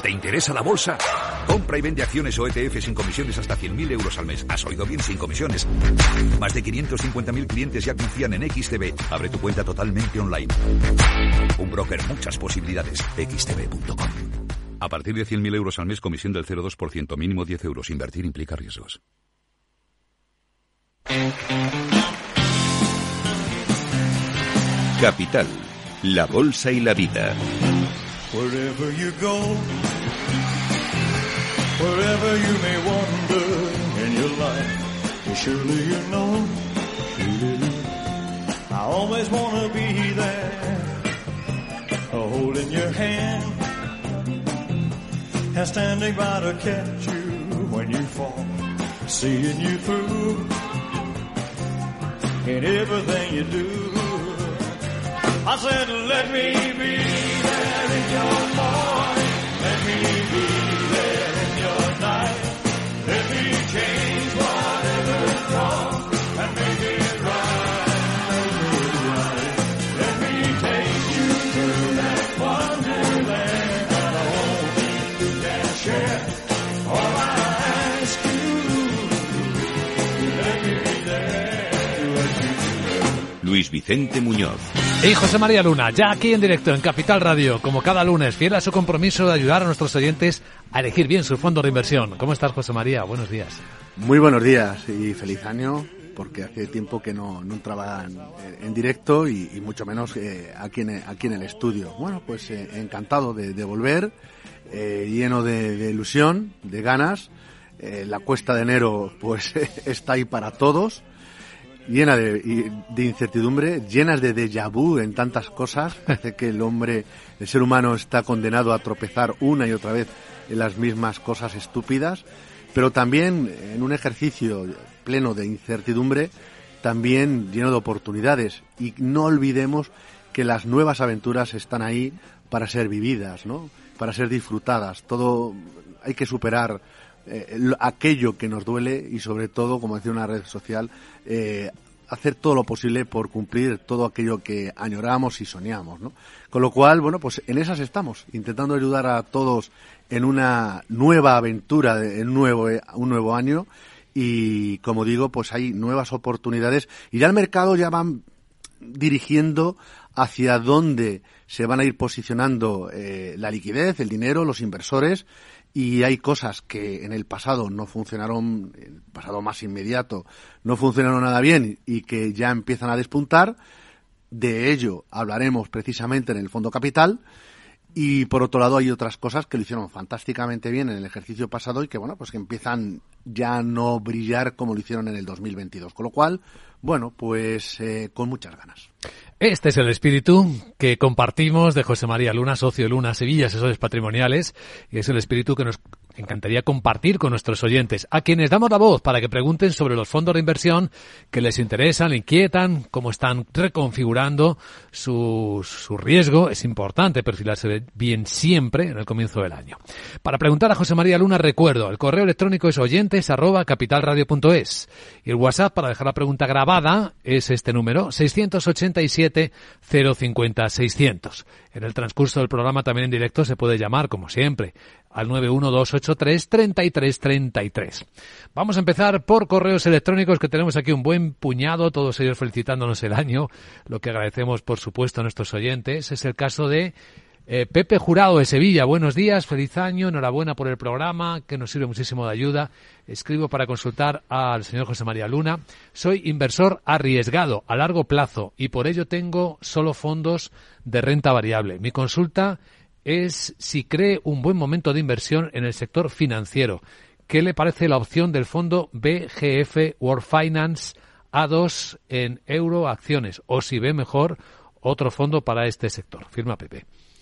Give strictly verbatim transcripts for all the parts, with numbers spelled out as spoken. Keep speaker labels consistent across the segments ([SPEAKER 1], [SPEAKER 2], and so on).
[SPEAKER 1] ¿Te interesa la bolsa? Compra y vende acciones o E T F sin comisiones hasta cien mil euros al mes. ¿Has oído bien? Sin comisiones. Más de quinientos cincuenta mil clientes ya confían en X T B. Abre tu cuenta totalmente online. Un broker, muchas posibilidades. X T B punto com. A partir de cien mil euros al mes, comisión del cero coma dos por ciento, mínimo diez euros. Invertir implica riesgos.
[SPEAKER 2] Capital, la bolsa y la vida.
[SPEAKER 3] Wherever you go, wherever you may wander in your life, surely you know, I always want to be there, holding your hand, and standing by to catch you when you fall, seeing you through in everything you do. I said, let me be there in your morning, let me be there in your night, let me change whatever's wrong and make it right, let me take you to that wonderland that only you can share, all I ask you, let me be there, let me be.
[SPEAKER 2] Luis Vicente Muñoz.
[SPEAKER 4] Y José María Luna, ya aquí en directo en Capital Radio, como cada lunes, fiel a su compromiso de ayudar a nuestros oyentes a elegir bien su fondo de inversión. ¿Cómo estás, José María? Buenos días.
[SPEAKER 5] Muy buenos días y feliz año, porque hace tiempo que no, no entraba en, en directo y, y mucho menos eh, aquí, en, aquí en el estudio. Bueno, pues eh, encantado de, de volver, eh, lleno de, de ilusión, de ganas. Eh, la cuesta de enero pues está ahí para todos. Llena de, de incertidumbre, llenas de déjà vu en tantas cosas. Parece que el hombre, el ser humano está condenado a tropezar una y otra vez en las mismas cosas estúpidas, pero también en un ejercicio pleno de incertidumbre, también lleno de oportunidades. Y no olvidemos que las nuevas aventuras están ahí para ser vividas, ¿no? Para ser disfrutadas. Todo hay que superar Eh, aquello que nos duele y sobre todo, como decía una red social, eh, hacer todo lo posible por cumplir todo aquello que añoramos y soñamos, ¿no? Con lo cual, bueno, pues en esas estamos, intentando ayudar a todos en una nueva aventura, de, en un nuevo, un nuevo año y, como digo, pues hay nuevas oportunidades y ya el mercado ya van dirigiendo hacia dónde se van a ir posicionando eh, la liquidez, el dinero, los inversores. Y hay cosas que en el pasado no funcionaron, en el pasado más inmediato, no funcionaron nada bien y que ya empiezan a despuntar. De ello hablaremos precisamente en el Fondo Capital. Y por otro lado hay otras cosas que lo hicieron fantásticamente bien en el ejercicio pasado y que, bueno, pues que empiezan ya a no brillar como lo hicieron en el dos mil veintidós. Con lo cual, bueno, pues eh, con muchas ganas.
[SPEAKER 4] Este es el espíritu que compartimos de José María Luna, socio de Luna Sevilla, asesores patrimoniales, y es el espíritu que nos encantaría compartir con nuestros oyentes, a quienes damos la voz para que pregunten sobre los fondos de inversión que les interesan, le inquietan, cómo están reconfigurando su, su riesgo. Es importante perfilarse bien siempre en el comienzo del año. Para preguntar a José María Luna, recuerdo, el correo electrónico es oyentes arroba capitalradio punto es y el WhatsApp para dejar la pregunta grabada es este número, seiscientos ochenta y siete cero cincuenta seiscientos. En el transcurso del programa también en directo se puede llamar, como siempre, al nueve uno dos ocho tres tres tres tres tres. Vamos a empezar por correos electrónicos, que tenemos aquí un buen puñado, todos ellos felicitándonos el año, lo que agradecemos por supuesto a nuestros oyentes. Es el caso de eh, Pepe Jurado de Sevilla. Buenos días, feliz año, enhorabuena por el programa, que nos sirve muchísimo de ayuda. Escribo para consultar al señor José María Luna. Soy inversor arriesgado a largo plazo y por ello tengo solo fondos de renta variable. Mi consulta es si cree un buen momento de inversión en el sector financiero. ¿Qué le parece la opción del fondo B G F World Finance A dos en euro acciones? O si ve mejor otro fondo para este sector. Firma Pepe.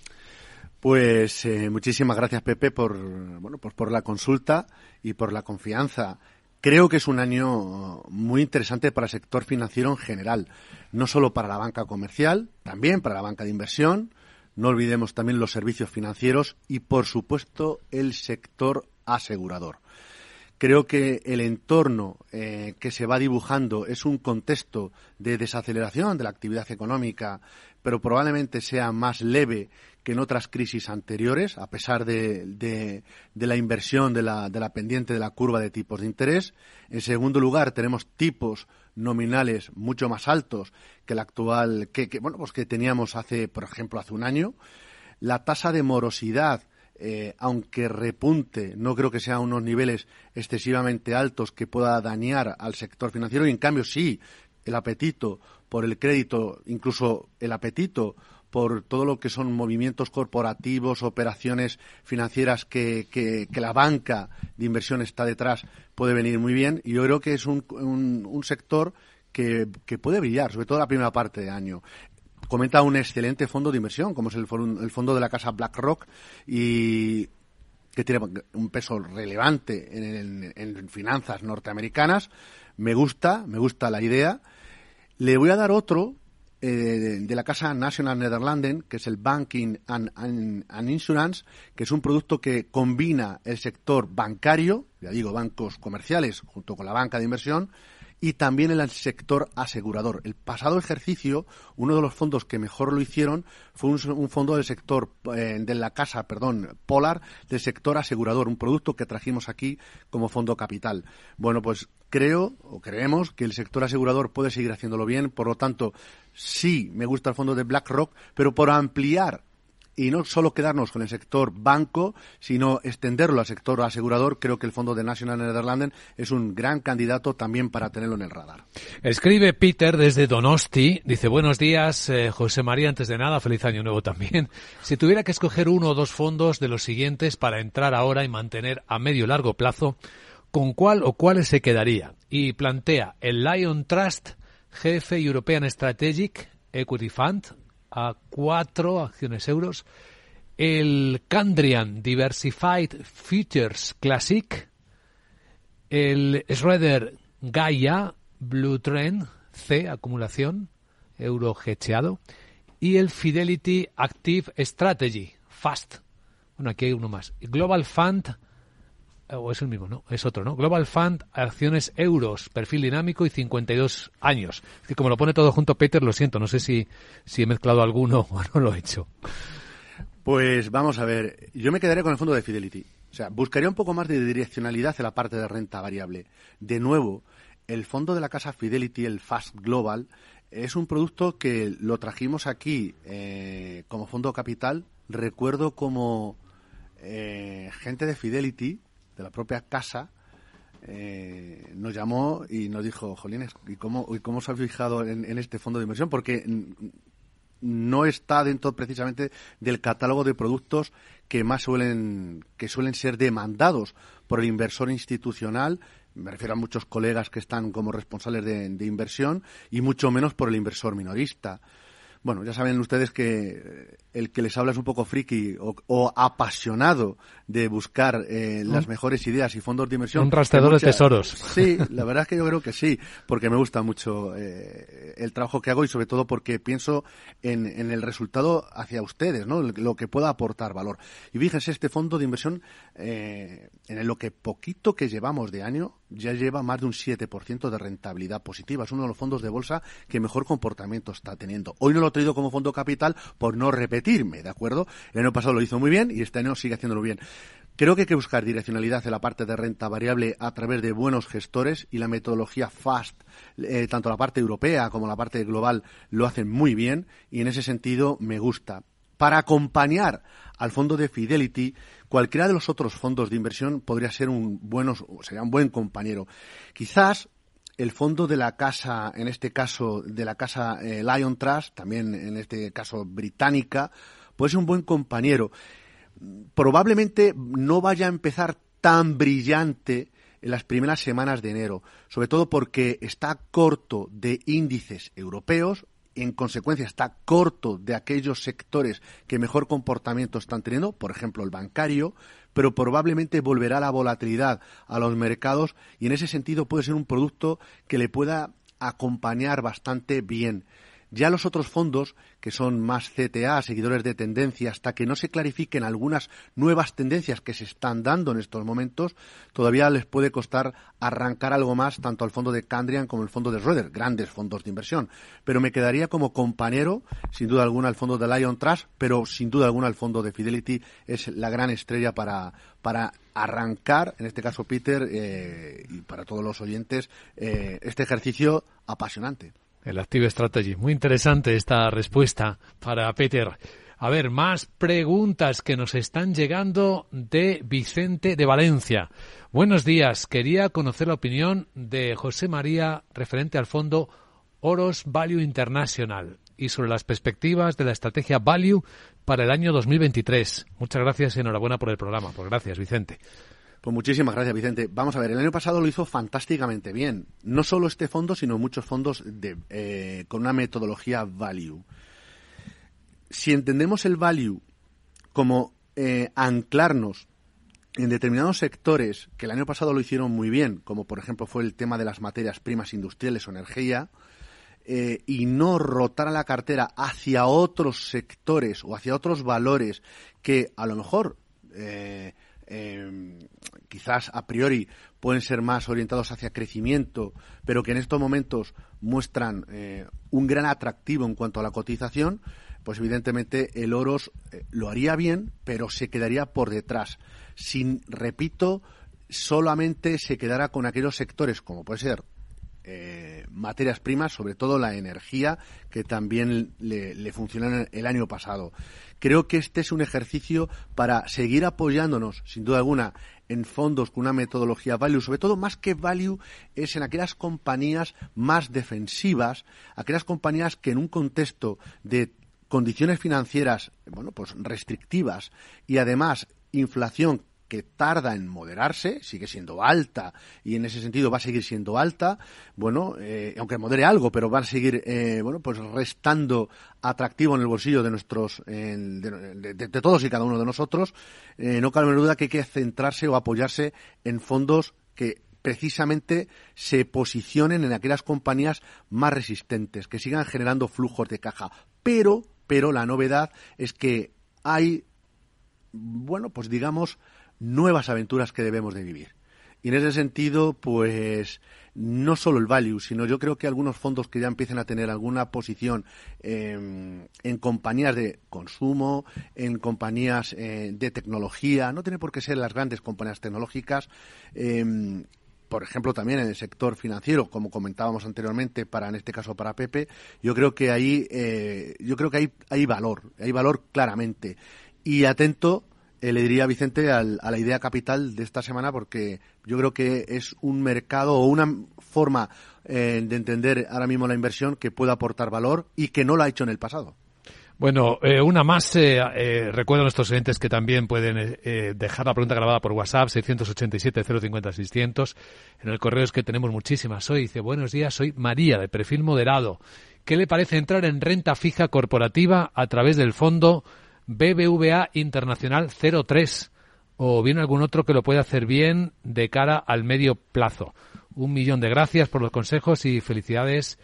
[SPEAKER 5] Pues eh, muchísimas gracias, Pepe, por bueno pues por la consulta y por la confianza. Creo que es un año muy interesante para el sector financiero en general, no solo para la banca comercial, también para la banca de inversión. No olvidemos también los servicios financieros y, por supuesto, el sector asegurador. Creo que el entorno eh, que se va dibujando es un contexto de desaceleración de la actividad económica, pero probablemente sea más leve que en otras crisis anteriores, a pesar de, de, de la inversión de la, de la pendiente de la curva de tipos de interés. En segundo lugar, tenemos tipos nominales mucho más altos que el actual, que, que bueno, pues que teníamos hace, por ejemplo, hace un año. La tasa de morosidad, eh, aunque repunte, no creo que sea unos niveles excesivamente altos que pueda dañar al sector financiero, y en cambio sí, el apetito por el crédito, incluso el apetito por todo lo que son movimientos corporativos, operaciones financieras que, que, que la banca de inversión está detrás, puede venir muy bien. Y yo creo que es un, un, un sector que, que puede brillar, sobre todo la primera parte de año. Comenta un excelente fondo de inversión, como es el, el fondo de la casa BlackRock, y que tiene un peso relevante en, en, en finanzas norteamericanas. Me gusta, me gusta la idea. Le voy a dar otro eh, de, de la casa National Nederlanden, que es el Banking and, and, and Insurance, que es un producto que combina el sector bancario, ya digo, bancos comerciales junto con la banca de inversión, y también en el sector asegurador. El pasado ejercicio, uno de los fondos que mejor lo hicieron fue un, un fondo del sector, eh, de la casa, perdón, Polar, del sector asegurador, un producto que trajimos aquí como fondo capital. Bueno, pues creo, o creemos, que el sector asegurador puede seguir haciéndolo bien, por lo tanto, sí me gusta el fondo de BlackRock, pero por ampliar y no solo quedarnos con el sector banco, sino extenderlo al sector asegurador, creo que el fondo de National Nederlanden es un gran candidato también para tenerlo en el radar.
[SPEAKER 4] Escribe Peter desde Donosti, dice: buenos días, eh, José María, antes de nada, feliz año nuevo también. Si tuviera que escoger uno o dos fondos de los siguientes para entrar ahora y mantener a medio y largo plazo, ¿con cuál o cuáles se quedaría? Y plantea el Lion Trust G F European Strategic Equity Fund, a cuatro acciones euros, el Candrian Diversified Futures Classic, el Schroeder Gaia Blue Trend C, acumulación, euro hedgeado, y el Fidelity Active Strategy, Fast. Bueno, aquí hay uno más. Global Fund, o es el mismo, no, es otro, ¿no? Global Fund, acciones euros, perfil dinámico y cincuenta y dos años. Es que como lo pone todo junto Peter, lo siento, no sé si, si he mezclado alguno o no lo he hecho.
[SPEAKER 5] Pues vamos a ver, yo me quedaré con el fondo de Fidelity. O sea, buscaría un poco más de direccionalidad en la parte de renta variable. De nuevo, el fondo de la casa Fidelity, el Fast Global, es un producto que lo trajimos aquí eh, como fondo capital. Recuerdo como eh, gente de Fidelity, de la propia casa, eh, nos llamó y nos dijo: jolines, ¿y cómo, y cómo se ha fijado en, en este fondo de inversión? Porque no está dentro precisamente del catálogo de productos que más suelen, que suelen ser demandados por el inversor institucional. Me refiero a muchos colegas que están como responsables de, de inversión, y mucho menos por el inversor minorista. Bueno, ya saben ustedes que el que les habla es un poco friki o, o apasionado de buscar eh, las mejores ideas y fondos de inversión.
[SPEAKER 4] Un rastreador mucha... de tesoros.
[SPEAKER 5] Sí, la verdad es que yo creo que sí, porque me gusta mucho eh, el trabajo que hago, y sobre todo porque pienso en, en el resultado hacia ustedes, ¿no? Lo que pueda aportar valor. Y fíjense, este fondo de inversión, eh, en lo que poquito que llevamos de año, ya lleva más de un siete por ciento de rentabilidad positiva. Es uno de los fondos de bolsa que mejor comportamiento está teniendo. Hoy no lo he traído como fondo capital por no repetirme, ¿de acuerdo? El año pasado lo hizo muy bien y este año sigue haciéndolo bien. Creo que hay que buscar direccionalidad en la parte de renta variable a través de buenos gestores, y la metodología FAST, eh, tanto la parte europea como la parte global, lo hacen muy bien, y en ese sentido me gusta. Para acompañar al fondo de Fidelity, cualquiera de los otros fondos de inversión podría ser un buenos, sería un buen compañero. Quizás el fondo de la casa, en este caso de la casa eh, Lion Trust, también en este caso británica, puede ser un buen compañero. Probablemente no vaya a empezar tan brillante en las primeras semanas de enero, sobre todo porque está corto de índices europeos. En consecuencia, está corto de aquellos sectores que mejor comportamiento están teniendo, por ejemplo, el bancario, pero probablemente volverá la volatilidad a los mercados, y en ese sentido puede ser un producto que le pueda acompañar bastante bien. Ya los otros fondos, que son más C T A, seguidores de tendencia, hasta que no se clarifiquen algunas nuevas tendencias que se están dando en estos momentos, todavía les puede costar arrancar algo más, tanto al fondo de Candrian como el fondo de Schroeder, grandes fondos de inversión. Pero me quedaría como compañero, sin duda alguna, el fondo de Lion Trust, pero sin duda alguna el fondo de Fidelity es la gran estrella para, para arrancar, en este caso Peter, eh, y para todos los oyentes, eh, este ejercicio apasionante.
[SPEAKER 4] El Active Strategy. Muy interesante esta respuesta para Peter. A ver, más preguntas que nos están llegando de Vicente de Valencia. Buenos días. Quería conocer la opinión de José María referente al fondo Oros Value International y sobre las perspectivas de la estrategia Value para el año dos mil veintitrés. Muchas gracias y enhorabuena por el programa. Pues gracias, Vicente.
[SPEAKER 5] Pues muchísimas gracias, Vicente. Vamos a ver, el año pasado lo hizo fantásticamente bien. No solo este fondo, sino muchos fondos de, eh, con una metodología value. Si entendemos el value como eh, anclarnos en determinados sectores que el año pasado lo hicieron muy bien, como por ejemplo fue el tema de las materias primas industriales o energía, eh, y no rotar a la cartera hacia otros sectores o hacia otros valores que a lo mejor... Eh, Eh, quizás a priori pueden ser más orientados hacia crecimiento, pero que en estos momentos muestran eh, un gran atractivo en cuanto a la cotización, pues evidentemente el Oros eh, lo haría bien, pero se quedaría por detrás. Sin, repito, solamente se quedará con aquellos sectores como puede ser Eh, materias primas, sobre todo la energía, que también le, le funcionó el año pasado. Creo que este es un ejercicio para seguir apoyándonos, sin duda alguna, en fondos con una metodología value, sobre todo más que value, es en aquellas compañías más defensivas, aquellas compañías que en un contexto de condiciones financieras, bueno, pues restrictivas y además inflación que tarda en moderarse, sigue siendo alta y en ese sentido va a seguir siendo alta, bueno, eh, aunque modere algo, pero va a seguir, eh, bueno, pues restando atractivo en el bolsillo de nuestros, eh, de, de, de todos y cada uno de nosotros, eh, no cabe duda que hay que centrarse o apoyarse en fondos que precisamente se posicionen en aquellas compañías más resistentes, que sigan generando flujos de caja. Pero, pero la novedad es que hay, bueno, pues digamos, nuevas aventuras que debemos de vivir. Y en ese sentido, pues, no solo el value, sino yo creo que algunos fondos que ya empiecen a tener alguna posición eh, en compañías de consumo, en compañías eh, de tecnología, no tiene por qué ser las grandes compañías tecnológicas, eh, por ejemplo, también en el sector financiero, como comentábamos anteriormente, para en este caso para Pepe, yo creo que ahí, eh, yo creo que hay, hay valor, hay valor claramente. Y atento, Eh, le diría a Vicente al, a la idea capital de esta semana, porque yo creo que es un mercado o una forma eh, de entender ahora mismo la inversión que puede aportar valor y que no lo ha hecho en el pasado.
[SPEAKER 4] Bueno, eh, una más. Eh, eh, recuerdo a nuestros oyentes que también pueden eh, dejar la pregunta grabada por WhatsApp, seiscientos ochenta y siete, cero cincuenta, seiscientos. En el correo es que tenemos muchísimas. Hoy dice, buenos días, soy María, de perfil moderado. ¿Qué le parece entrar en renta fija corporativa a través del fondo B B V A Internacional cero tres o bien algún otro que lo pueda hacer bien de cara al medio plazo? Un millón de gracias por los consejos y felicidades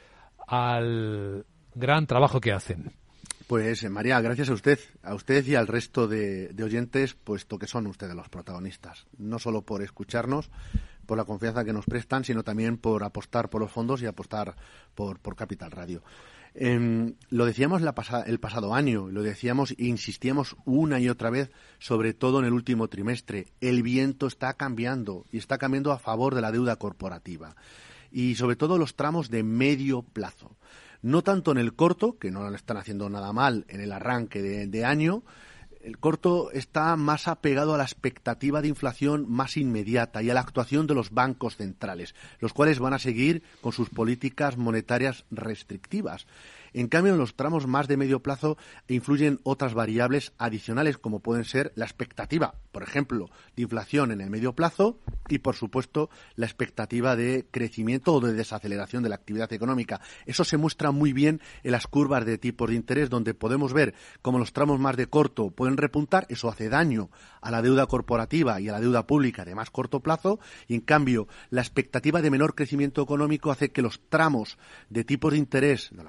[SPEAKER 4] al gran trabajo que hacen.
[SPEAKER 5] Pues María, gracias a usted, a usted y al resto de, de oyentes, puesto que son ustedes los protagonistas, no solo por escucharnos, por la confianza que nos prestan, sino también por apostar por los fondos y apostar por, por Capital Radio. Eh, lo decíamos la pasa, el pasado año, lo decíamos e insistíamos una y otra vez, sobre todo en el último trimestre. El viento está cambiando y está cambiando a favor de la deuda corporativa y sobre todo los tramos de medio plazo. No tanto en el corto, que no lo están haciendo nada mal en el arranque de, de año. El corto está más apegado a la expectativa de inflación más inmediata y a la actuación de los bancos centrales, los cuales van a seguir con sus políticas monetarias restrictivas. En cambio, en los tramos más de medio plazo influyen otras variables adicionales, como pueden ser la expectativa, por ejemplo, de inflación en el medio plazo y, por supuesto, la expectativa de crecimiento o de desaceleración de la actividad económica. Eso se muestra muy bien en las curvas de tipos de interés, donde podemos ver cómo los tramos más de corto pueden repuntar. Eso hace daño a la deuda corporativa y a la deuda pública de más corto plazo, y, en cambio, la expectativa de menor crecimiento económico hace que los tramos de tipos de interés, de la curva de tipos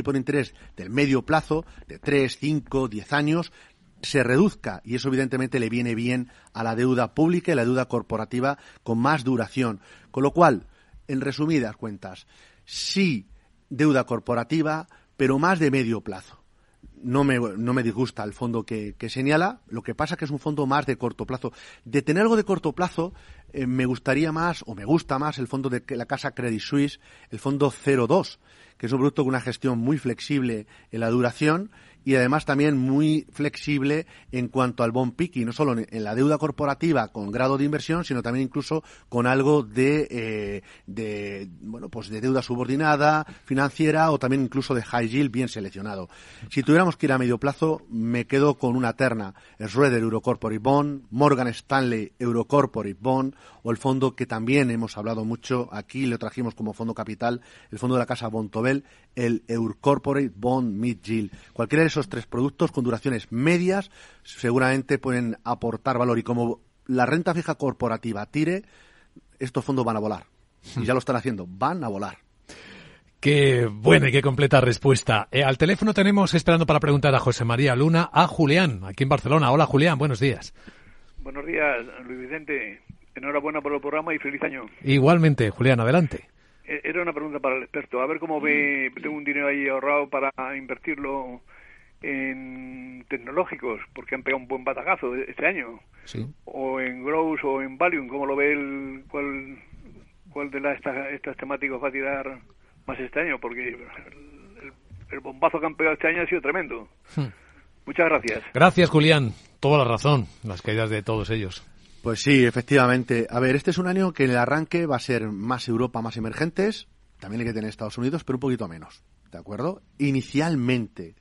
[SPEAKER 5] tipo de interés del medio plazo, de tres, cinco, diez años, se reduzca, y eso evidentemente le viene bien a la deuda pública y la deuda corporativa con más duración. Con lo cual, en resumidas cuentas, sí deuda corporativa, pero más de medio plazo. No me, no me disgusta el fondo que, que señala, lo que pasa es que es un fondo más de corto plazo. De tener algo de corto plazo, eh, me gustaría más, o me gusta más, el fondo de la casa Credit Suisse, el fondo cero dos, que es un producto con una gestión muy flexible en la duración y además también muy flexible en cuanto al bond picking, no solo en la deuda corporativa con grado de inversión, sino también incluso con algo de, eh, de bueno, pues de deuda subordinada, financiera o también incluso de high yield bien seleccionado. Si tuviéramos que ir a medio plazo, me quedo con una terna, el Schroeder Eurocorporate Bond, Morgan Stanley Eurocorporate Bond o el fondo que también hemos hablado mucho aquí, lo trajimos como fondo capital, el fondo de la casa Bontobel, el Eurocorporate Bond Mid Yield. Cualquiera de esos tres productos con duraciones medias seguramente pueden aportar valor y como la renta fija corporativa tire, estos fondos van a volar. Y ya lo están haciendo, van a volar.
[SPEAKER 4] Qué buena y qué completa respuesta. Eh, al teléfono tenemos, esperando para preguntar a José María Luna, a Julián, aquí en Barcelona. Hola Julián, buenos días.
[SPEAKER 6] Buenos días, Luis Vicente. Enhorabuena por el programa y feliz año.
[SPEAKER 4] Igualmente, Julián, adelante.
[SPEAKER 6] Era una pregunta para el experto. A ver cómo ve, tengo un dinero ahí ahorrado para invertirlo en tecnológicos, porque han pegado un buen batacazo este año.
[SPEAKER 4] Sí.
[SPEAKER 6] O en Growth o en Valium, ¿cómo lo ve el, cuál, cuál de las estas, estas temáticas va a tirar más este año? Porque el, el, el bombazo que han pegado este año ha sido tremendo. Hmm. Muchas gracias.
[SPEAKER 4] Gracias, Julián. Toda la razón, las caídas de todos ellos.
[SPEAKER 5] Pues sí, efectivamente. A ver, este es un año que en el arranque va a ser más Europa, más emergentes, también hay que tener Estados Unidos, pero un poquito menos, ¿de acuerdo? Inicialmente,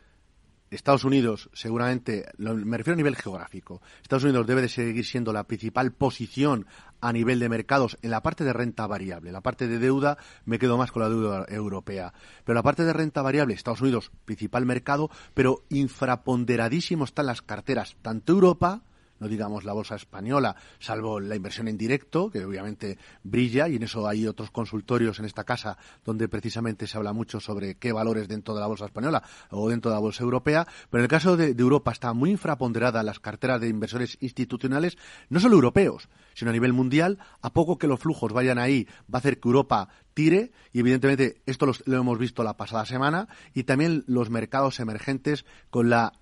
[SPEAKER 5] Estados Unidos, seguramente, lo, me refiero a nivel geográfico, Estados Unidos debe de seguir siendo la principal posición a nivel de mercados en la parte de renta variable. La parte de deuda, me quedo más con la deuda europea. Pero la parte de renta variable, Estados Unidos, principal mercado, pero infraponderadísimo están las carteras, tanto Europa, no digamos la bolsa española, salvo la inversión en directo, que obviamente brilla, y en eso hay otros consultorios en esta casa donde precisamente se habla mucho sobre qué valores dentro de la bolsa española o dentro de la bolsa europea, pero en el caso de, de Europa está muy infraponderada las carteras de inversores institucionales, no solo europeos, sino a nivel mundial. A poco que los flujos vayan ahí, va a hacer que Europa tire, y evidentemente esto lo, lo hemos visto la pasada semana, y también los mercados emergentes con la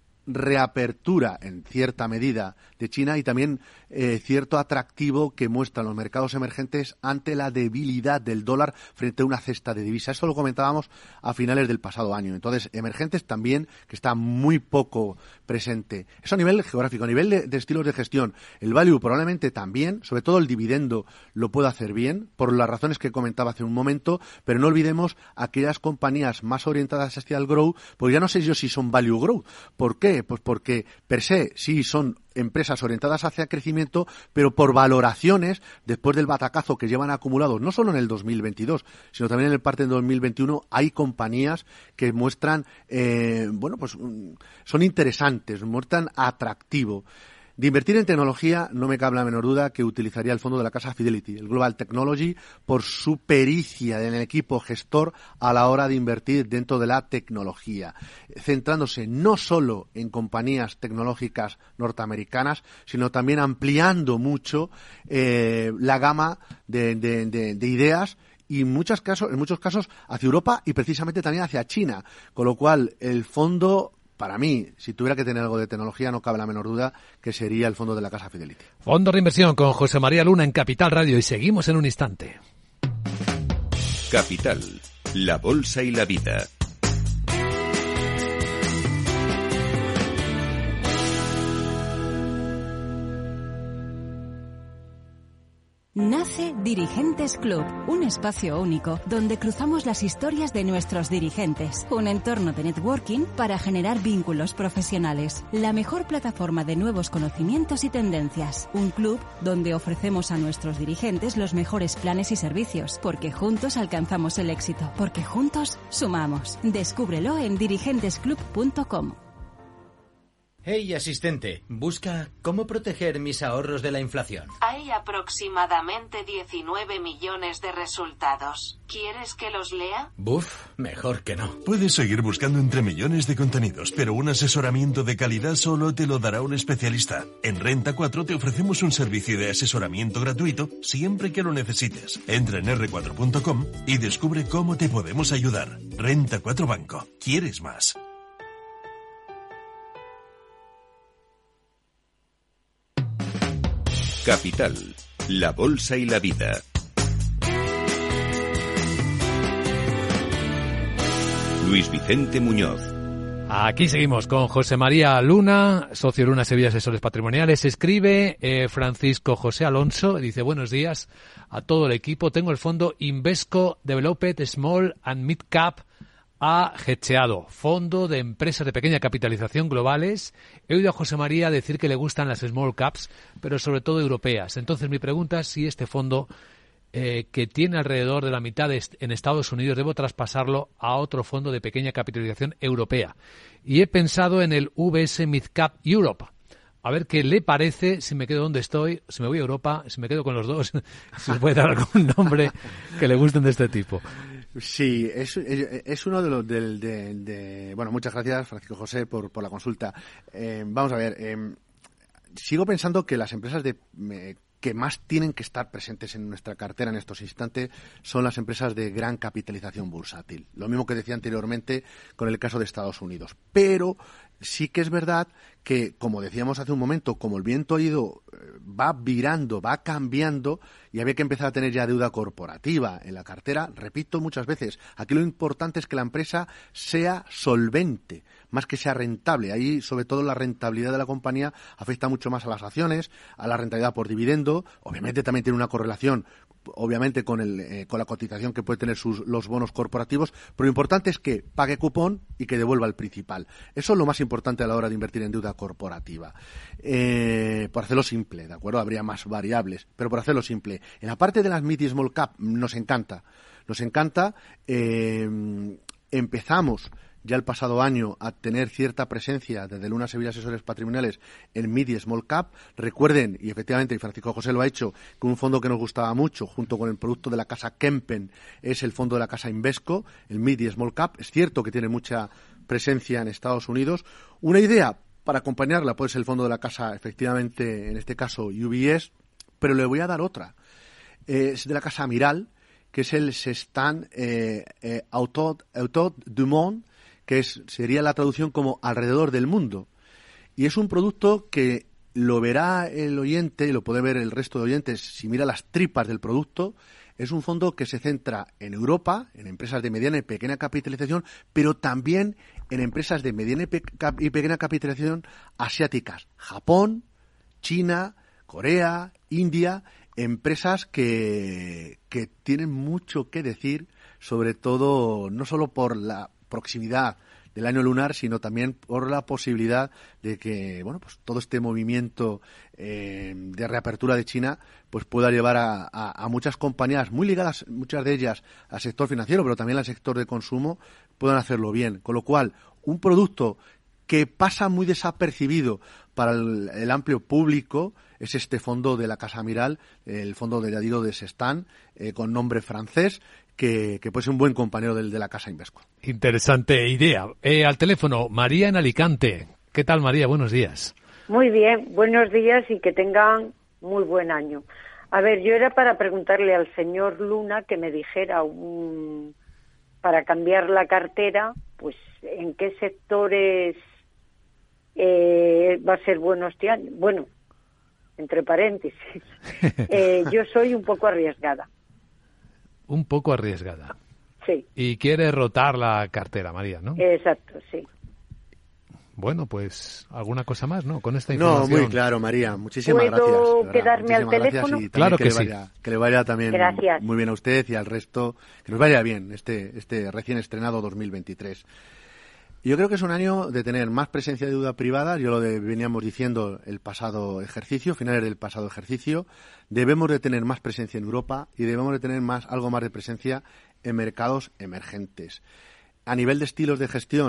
[SPEAKER 5] reapertura en cierta medida de China y también eh, cierto atractivo que muestran los mercados emergentes ante la debilidad del dólar frente a una cesta de divisas. Esto lo comentábamos a finales del pasado año. Entonces, emergentes también, que está muy poco presente. Eso a nivel geográfico, a nivel de, de estilos de gestión. El value probablemente también, sobre todo el dividendo lo puede hacer bien, por las razones que comentaba hace un momento, pero no olvidemos aquellas compañías más orientadas hacia el growth, porque ya no sé yo si son value growth. ¿Por qué? Pues porque per se sí son empresas orientadas hacia crecimiento, pero por valoraciones, después del batacazo que llevan acumulados, no solo en el dos mil veintidós, sino también en el parte del dos mil veintiuno, hay compañías que muestran, eh, bueno, pues son interesantes, muestran atractivo. De invertir en tecnología, no me cabe la menor duda que utilizaría el fondo de la casa Fidelity, el Global Technology, por su pericia en el equipo gestor a la hora de invertir dentro de la tecnología, centrándose no solo en compañías tecnológicas norteamericanas, sino también ampliando mucho eh, la gama de, de, de, de ideas, y en muchos casos, en muchos casos hacia Europa y precisamente también hacia China, con lo cual el fondo, para mí, si tuviera que tener algo de tecnología, no cabe la menor duda que sería el fondo de la casa Fidelity.
[SPEAKER 4] Fondo de inversión con José María Luna en Capital Radio, y seguimos en un instante.
[SPEAKER 2] Capital, la bolsa y la vida.
[SPEAKER 7] Nace Dirigentes Club, un espacio único donde cruzamos las historias de nuestros dirigentes, un entorno de networking para generar vínculos profesionales, la mejor plataforma de nuevos conocimientos y tendencias, un club donde ofrecemos a nuestros dirigentes los mejores planes y servicios, porque juntos alcanzamos el éxito, porque juntos sumamos. Descúbrelo en dirigentes club punto com.
[SPEAKER 8] Hey, asistente, busca cómo proteger mis ahorros de la inflación.
[SPEAKER 9] Hay aproximadamente diecinueve millones de resultados. ¿Quieres que los lea?
[SPEAKER 8] Buf, mejor que no.
[SPEAKER 10] Puedes seguir buscando entre millones de contenidos, pero un asesoramiento de calidad solo te lo dará un especialista. En Renta cuatro te ofrecemos un servicio de asesoramiento gratuito siempre que lo necesites. Entra en erre cuatro punto com y descubre cómo te podemos ayudar. Renta cuatro Banco. ¿Quieres más?
[SPEAKER 2] Capital, la bolsa y la vida. Luis Vicente Muñoz.
[SPEAKER 4] Aquí seguimos con José María Luna, socio Luna Sevilla Asesores Patrimoniales. Escribe eh, Francisco José Alonso, dice: buenos días a todo el equipo. Tengo el fondo Invesco Developed Small and Mid Cap a Gecheado, fondo de empresas de pequeña capitalización globales. He oído a José María decir que le gustan las small caps, pero sobre todo europeas. Entonces mi pregunta es si este fondo, eh, que tiene alrededor de la mitad de en Estados Unidos, debo traspasarlo a otro fondo de pequeña capitalización europea. Y he pensado en el V S Mid Cap Europe. A ver qué le parece, si me quedo donde estoy, si me voy a Europa, si me quedo con los dos, si se puede dar algún nombre que le gusten de este tipo.
[SPEAKER 5] Sí, es, es uno de los del de, de, bueno, muchas gracias, Francisco José, por, por la consulta. Eh, vamos a ver, eh, sigo pensando que las empresas de eh, que más tienen que estar presentes en nuestra cartera en estos instantes son las empresas de gran capitalización bursátil. Lo mismo que decía anteriormente con el caso de Estados Unidos. Pero sí que es verdad que, como decíamos hace un momento, como el viento ha ido, va virando, va cambiando y había que empezar a tener ya deuda corporativa en la cartera, repito muchas veces, aquí lo importante es que la empresa sea solvente, más que sea rentable. Ahí, sobre todo, la rentabilidad de la compañía afecta mucho más a las acciones, a la rentabilidad por dividendo. Obviamente también tiene una correlación, obviamente, con el eh, con la cotización que puede tener sus los bonos corporativos, pero lo importante es que pague cupón y que devuelva el principal. Eso es lo más importante a la hora de invertir en deuda corporativa. Eh, por hacerlo simple, ¿de acuerdo? Habría más variables, pero por hacerlo simple. En la parte de las mid y small cap nos encanta. Nos encanta. Eh, empezamos ya el pasado año a tener cierta presencia desde Luna Sevilla Asesores Patrimoniales en mid y small cap. Recuerden, y efectivamente, y Francisco José lo ha hecho, que un fondo que nos gustaba mucho, junto con el producto de la casa Kempen, es el fondo de la casa Invesco, el mid y small cap. Es cierto que tiene mucha presencia en Estados Unidos. Una idea para acompañarla puede ser el fondo de la casa, efectivamente, en este caso U B S, pero le voy a dar otra. Eh, es de la casa Amiral, que es el Sestan eh, eh, Autot, Autot du Monde, que es, sería la traducción como alrededor del mundo. Y es un producto que lo verá el oyente, y lo puede ver el resto de oyentes si mira las tripas del producto. Es un fondo que se centra en Europa, en empresas de mediana y pequeña capitalización, pero también en empresas de mediana y, pe- y pequeña capitalización asiáticas. Japón, China, Corea, India, empresas que, que tienen mucho que decir, sobre todo no solo por la proximidad del año lunar, sino también por la posibilidad de que, bueno, pues todo este movimiento eh, de reapertura de China pues pueda llevar a, a, a muchas compañías muy ligadas, muchas de ellas al sector financiero, pero también al sector de consumo, puedan hacerlo bien. Con lo cual, un producto que pasa muy desapercibido para el, el amplio público es este fondo de la Casa Amiral, el fondo de, ya digo, de Sestan, eh, con nombre francés, que, que puede ser un buen compañero del de la Casa Invesco.
[SPEAKER 4] Interesante idea. Eh, al teléfono, María en Alicante. ¿Qué tal, María? Buenos días.
[SPEAKER 11] Muy bien, buenos días y que tengan muy buen año. A ver, yo era para preguntarle al señor Luna que me dijera un, para cambiar la cartera, pues en qué sectores eh, va a ser bueno este año. Bueno, entre paréntesis, eh, yo soy un poco arriesgada.
[SPEAKER 4] Un poco arriesgada.
[SPEAKER 11] Sí.
[SPEAKER 4] Y quiere rotar la cartera, María, ¿no?
[SPEAKER 11] Exacto, sí.
[SPEAKER 4] Bueno, pues alguna cosa más, ¿no? Con esta información.
[SPEAKER 5] No, muy claro, María. Muchísimas
[SPEAKER 11] ¿Puedo
[SPEAKER 5] gracias.
[SPEAKER 11] ¿Puedo quedarme al teléfono?
[SPEAKER 4] Claro
[SPEAKER 5] que,
[SPEAKER 4] que
[SPEAKER 5] le
[SPEAKER 4] sí.
[SPEAKER 5] vaya, que le vaya también
[SPEAKER 11] Gracias.
[SPEAKER 5] muy bien a usted y al resto. Que nos vaya bien este, este recién estrenado dos mil veintitrés. Yo creo que es un año de tener más presencia de deuda privada. Yo lo de, veníamos diciendo el pasado ejercicio, finales del pasado ejercicio. Debemos de tener más presencia en Europa y debemos de tener más, algo más de presencia en mercados emergentes. A nivel de estilos de gestión,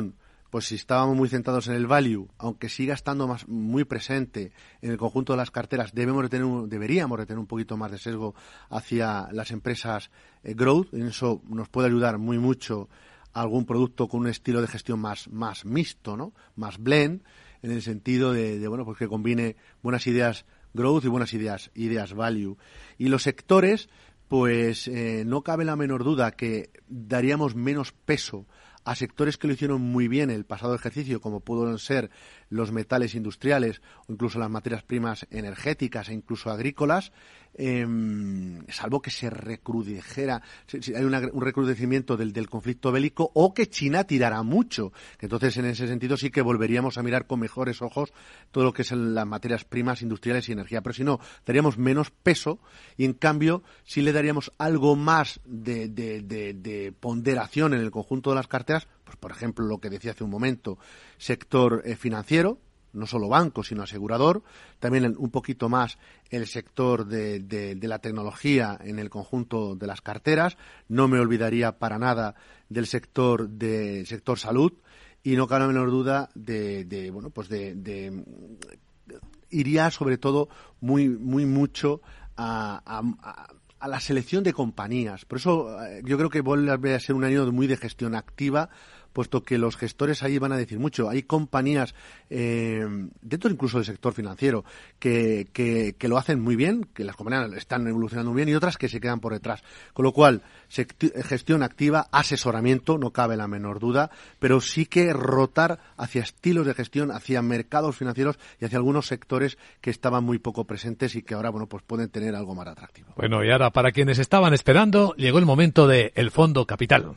[SPEAKER 5] pues si estábamos muy centrados en el value, aunque siga estando más muy presente en el conjunto de las carteras, debemos de tener un, deberíamos de tener un poquito más de sesgo hacia las empresas eh, growth. En eso nos puede ayudar muy mucho algún producto con un estilo de gestión más, más mixto, ¿no? Más blend, en el sentido de, de bueno, pues que combine buenas ideas growth y buenas ideas, ideas value. Y los sectores, pues eh, no cabe la menor duda que daríamos menos peso a sectores que lo hicieron muy bien el pasado ejercicio, como pueden ser los metales industriales o incluso las materias primas energéticas e incluso agrícolas, eh, salvo que se recrudeciera, si hay una, un recrudecimiento del, del conflicto bélico o que China tirara mucho. Entonces, en ese sentido sí que volveríamos a mirar con mejores ojos todo lo que son las materias primas industriales y energía. Pero si no, daríamos menos peso y, en cambio, sí le daríamos algo más de, de, de, de ponderación en el conjunto de las carteras. Pues, por ejemplo, lo que decía hace un momento, sector eh, financiero, no solo banco, sino asegurador, también un poquito más el sector de, de, de la tecnología en el conjunto de las carteras. No me olvidaría para nada del sector de sector salud y no cabe la menor duda de, de bueno, pues de, de, de iría sobre todo muy, muy mucho a, a, a la selección de compañías. Por eso yo creo que vuelve a ser un año muy de gestión activa, puesto que los gestores ahí van a decir mucho. Hay compañías, eh, dentro incluso del sector financiero, que, que, que lo hacen muy bien, que las compañías están evolucionando muy bien, y otras que se quedan por detrás. Con lo cual, gestión activa, asesoramiento, no cabe la menor duda, pero sí que rotar hacia estilos de gestión, hacia mercados financieros y hacia algunos sectores que estaban muy poco presentes y que ahora, bueno, pues pueden tener algo más atractivo.
[SPEAKER 4] Bueno, y ahora, para quienes estaban esperando, llegó el momento de El Fondo Capital.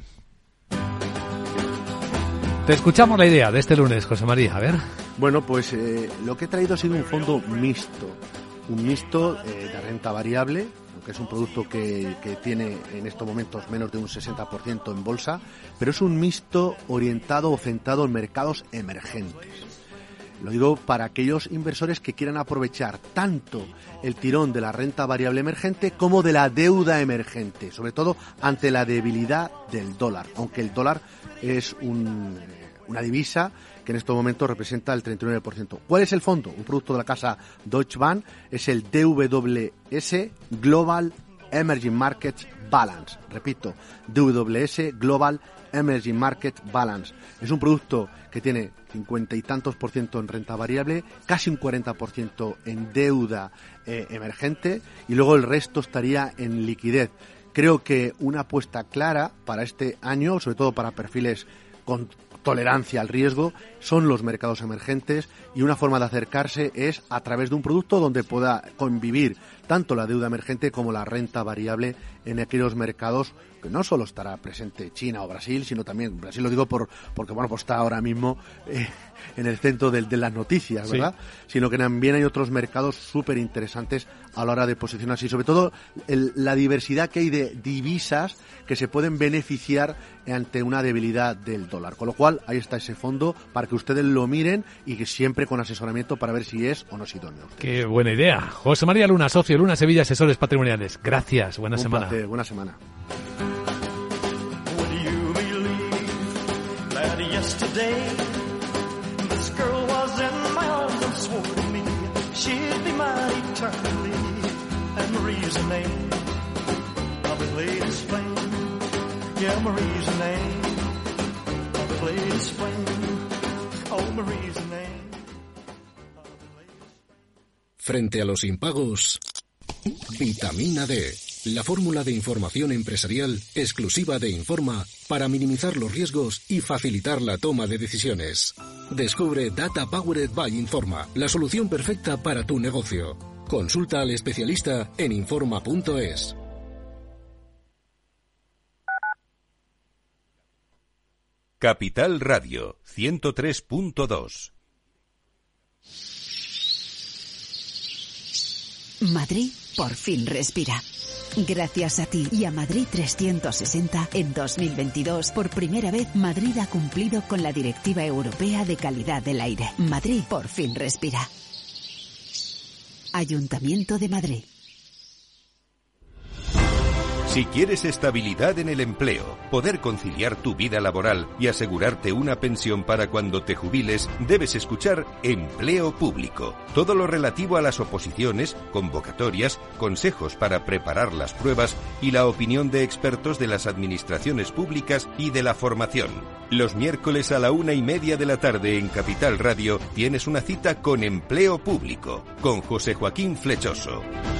[SPEAKER 4] Te escuchamos la idea de este lunes, José María, a ver.
[SPEAKER 5] Bueno, pues eh, lo que he traído ha sido un fondo mixto, un mixto eh, de renta variable, que es un producto que, que tiene en estos momentos menos de un sesenta por ciento en bolsa, pero es un mixto orientado o centrado en mercados emergentes. Lo digo para aquellos inversores que quieran aprovechar tanto el tirón de la renta variable emergente como de la deuda emergente, sobre todo ante la debilidad del dólar, aunque el dólar es un, una divisa que en estos momentos representa el treinta y nueve por ciento. ¿Cuál es el fondo? Un producto de la casa Deutsche Bank, es el D W S Global Emerging Markets Balance. Repito, D W S Global Emerging Market Balance. Es un producto que tiene cincuenta y tantos por ciento en renta variable, casi un cuarenta por ciento en deuda eh, emergente, y luego el resto estaría en liquidez. Creo que una apuesta clara para este año, sobre todo para perfiles con tolerancia al riesgo, son los mercados emergentes, y una forma de acercarse es a través de un producto donde pueda convivir tanto la deuda emergente como la renta variable en aquellos mercados que no solo estará presente China o Brasil, sino también, Brasil lo digo por porque bueno, pues está ahora mismo eh, en el centro de, de las noticias, ¿verdad? Sí. Sino que también hay otros mercados súper interesantes a la hora de posicionarse, y sobre todo el, la diversidad que hay de divisas que se pueden beneficiar ante una debilidad del dólar. Con lo cual, ahí está ese fondo para que ustedes lo miren, y que siempre con asesoramiento para ver si es o no es idóneo.
[SPEAKER 4] Qué buena idea. José María Luna, socio Luna Sevilla, asesores patrimoniales. Gracias, buena
[SPEAKER 5] Un
[SPEAKER 4] semana.
[SPEAKER 5] Placer, buena semana.
[SPEAKER 3] Yesterday, this girl was in my arms and swore to me she'd be mine eternally. And Marie's the name of the latest flame. Yeah, Marie's the name of the latest flame. Oh, Marie's the name of the latest.
[SPEAKER 12] Frente a los impagos, Vitamina D. La fórmula de información empresarial exclusiva de Informa para minimizar los riesgos y facilitar la toma de decisiones. Descubre Data Powered by Informa, la solución perfecta para tu negocio. Consulta al especialista en informa punto es.
[SPEAKER 2] Capital Radio ciento tres punto dos.
[SPEAKER 7] Madrid por fin respira. Gracias a ti y a Madrid trescientos sesenta, en dos mil veintidós, por primera vez, Madrid ha cumplido con la Directiva Europea de Calidad del Aire. Madrid por fin respira. Ayuntamiento de Madrid.
[SPEAKER 2] Si quieres estabilidad en el empleo, poder conciliar tu vida laboral y asegurarte una pensión para cuando te jubiles, debes escuchar Empleo Público. Todo lo relativo a las oposiciones, convocatorias, consejos para preparar las pruebas y la opinión de expertos de las administraciones públicas y de la formación. Los miércoles a la una y media de la tarde en Capital Radio tienes una cita con Empleo Público, con José Joaquín Flechoso.